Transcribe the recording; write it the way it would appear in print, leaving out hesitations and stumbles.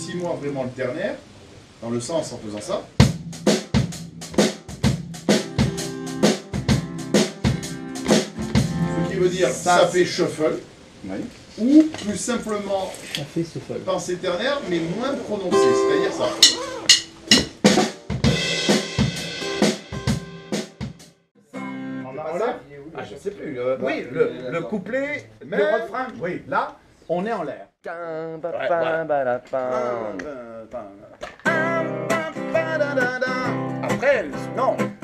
aussi-moi vraiment le ternaire, dans le sens en faisant ça. Ce qui veut dire ça fait shuffle. Oui. Ou plus simplement Ça fait shuffle. penser ternaire, mais moins prononcé, c'est-à-dire ça. En l'air. Ah, je sais plus. Oui, le couplet, le refrain. Oui, là, on est en l'air. Après, non.